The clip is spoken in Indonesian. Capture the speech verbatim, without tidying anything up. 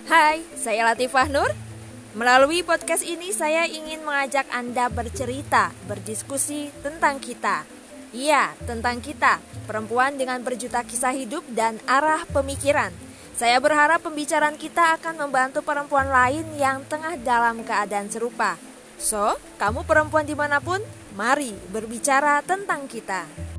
Hai, saya Latifah Nur. Melalui podcast ini saya ingin mengajak Anda bercerita, berdiskusi tentang kita. Iya, tentang kita, perempuan dengan berjuta kisah hidup dan arah pemikiran. Saya berharap pembicaraan kita akan membantu perempuan lain yang tengah dalam keadaan serupa. So, kamu perempuan dimanapun, mari berbicara tentang kita.